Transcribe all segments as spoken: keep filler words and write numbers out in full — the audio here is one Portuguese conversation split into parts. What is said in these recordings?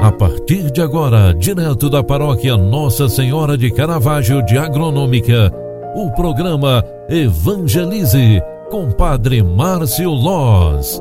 A partir de agora, direto da paróquia Nossa Senhora de Caravaggio de Agronômica, o programa Evangelize com Padre Márcio Loz.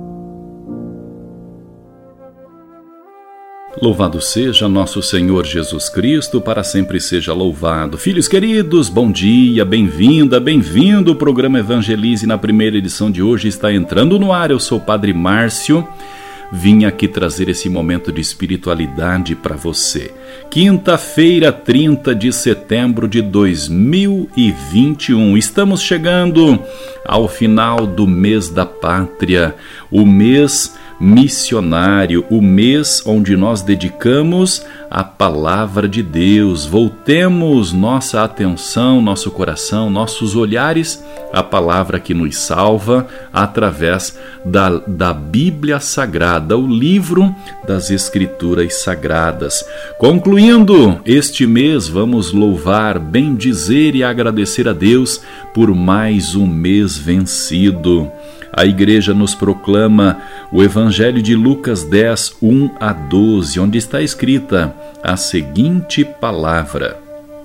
Louvado seja nosso Senhor Jesus Cristo, para sempre seja louvado. Filhos queridos, bom dia, bem-vinda, bem-vindo. O programa Evangelize na primeira edição de hoje está entrando no ar. Eu sou o Padre Márcio. Vim aqui trazer esse momento de espiritualidade para você. Quinta-feira, trinta de setembro de dois mil e vinte e um. Estamos chegando ao final do mês da pátria, o mês missionário, o mês onde nós dedicamos a palavra de Deus. Voltemos nossa atenção, nosso coração, nossos olhares à palavra que nos salva através da, da Bíblia Sagrada, o livro das Escrituras Sagradas. Concluindo este mês, vamos louvar, bendizer e agradecer a Deus por mais um mês vencido. A igreja nos proclama o Evangelho de Lucas dez, um a doze, onde está escrita a seguinte palavra: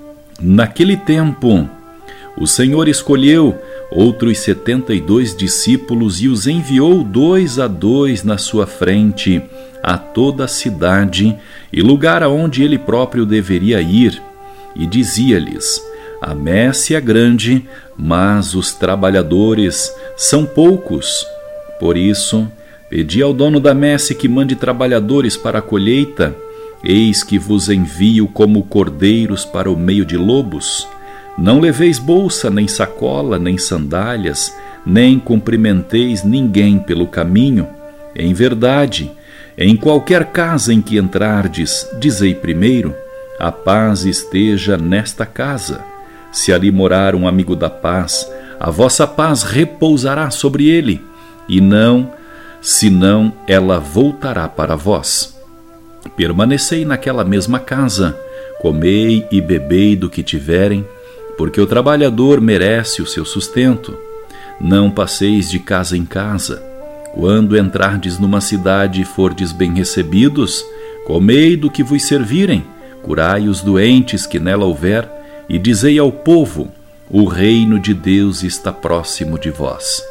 Naquele tempo, o Senhor escolheu outros setenta e dois discípulos e os enviou dois a dois na sua frente a toda a cidade e lugar aonde ele próprio deveria ir, e dizia-lhes: A messe é grande, mas os trabalhadores são poucos. Por isso, pedi ao dono da messe que mande trabalhadores para a colheita. Eis que vos envio como cordeiros para o meio de lobos. Não leveis bolsa, nem sacola, nem sandálias, nem cumprimenteis ninguém pelo caminho. Em verdade, em qualquer casa em que entrardes, dizei primeiro: a paz esteja nesta casa. Se ali morar um amigo da paz, a vossa paz repousará sobre ele, e não, senão ela voltará para vós. Permanecei naquela mesma casa, comei e bebei do que tiverem, porque o trabalhador merece o seu sustento. Não passeis de casa em casa. Quando entrardes numa cidade e fordes bem recebidos, comei do que vos servirem, curai os doentes que nela houver, e dizei ao povo: o reino de Deus está próximo de vós.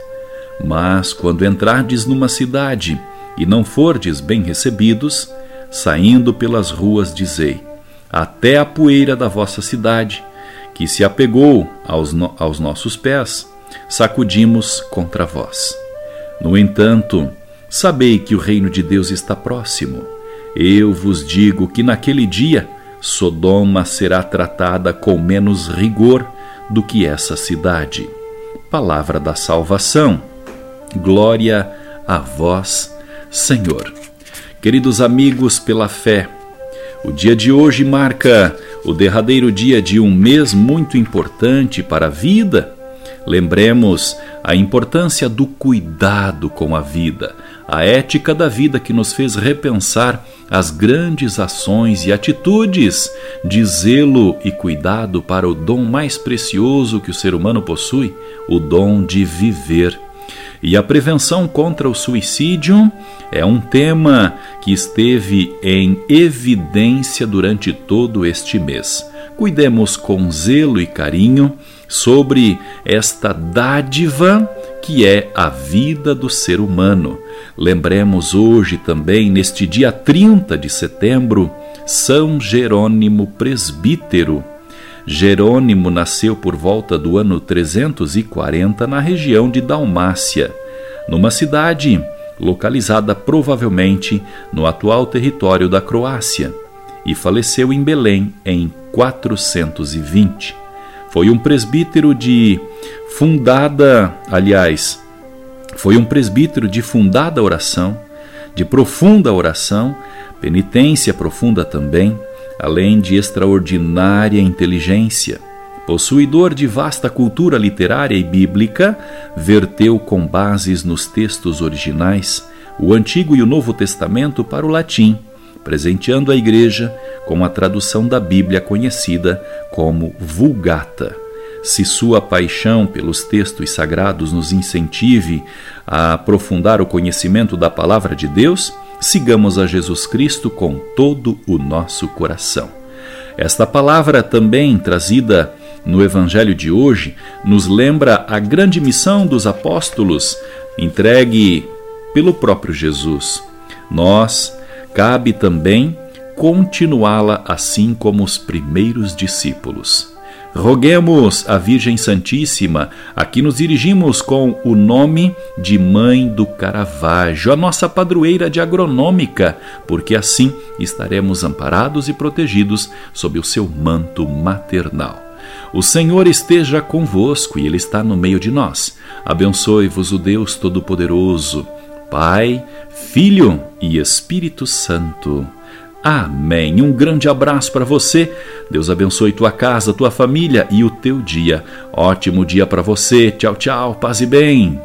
Mas quando entrardes numa cidade e não fordes bem recebidos, saindo pelas ruas dizei: até a poeira da vossa cidade, que se apegou aos, no- aos nossos pés, sacudimos contra vós. No entanto, sabei que o reino de Deus está próximo. Eu vos digo que naquele dia Sodoma será tratada com menos rigor do que essa cidade. Palavra da salvação. Glória a vós, Senhor. Queridos amigos, pela fé, o dia de hoje marca o derradeiro dia de um mês muito importante para a vida. Lembremos a importância do cuidado com a vida, a ética da vida que nos fez repensar as grandes ações e atitudes de zelo e cuidado para o dom mais precioso que o ser humano possui, o dom de viver. E a prevenção contra o suicídio é um tema que esteve em evidência durante todo este mês. Cuidemos com zelo e carinho sobre esta dádiva que é a vida do ser humano. Lembremos hoje também, neste dia trinta de setembro, São Jerônimo Presbítero. Jerônimo nasceu por volta do ano trezentos e quarenta na região de Dalmácia, numa cidade localizada provavelmente no atual território da Croácia, e faleceu em Belém em quatrocentos e vinte. Foi um presbítero de fundada, aliás, foi um presbítero de fundada oração, de profunda oração, penitência profunda também, além de extraordinária inteligência. Possuidor de vasta cultura literária e bíblica, verteu com bases nos textos originais o Antigo e o Novo Testamento para o latim, presenteando a Igreja com a tradução da Bíblia conhecida como Vulgata. Se sua paixão pelos textos sagrados nos incentive a aprofundar o conhecimento da Palavra de Deus, sigamos a Jesus Cristo com todo o nosso coração. Esta palavra, também trazida no Evangelho de hoje, nos lembra a grande missão dos apóstolos, entregue pelo próprio Jesus. Nós, cabe também continuá-la assim como os primeiros discípulos. Roguemos a Virgem Santíssima, a que nos dirigimos com o nome de Mãe do Caravaggio, a nossa padroeira de agronômica, porque assim estaremos amparados e protegidos sob o seu manto maternal. O Senhor esteja convosco e Ele está no meio de nós. Abençoe-vos o Deus Todo-Poderoso, Pai, Filho e Espírito Santo. Amém. Um grande abraço para você. Deus abençoe tua casa, tua família e o teu dia. Ótimo dia para você. Tchau, tchau. Paz e bem.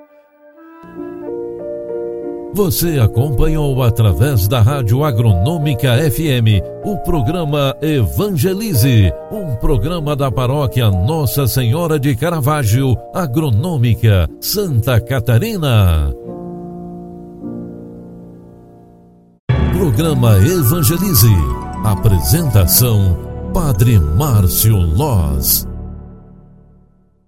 Você acompanhou através da Rádio Agronômica F M o programa Evangelize, um programa da paróquia Nossa Senhora de Caravaggio, Agronômica, Santa Catarina. Programa Evangelize. Apresentação: Padre Márcio Loz.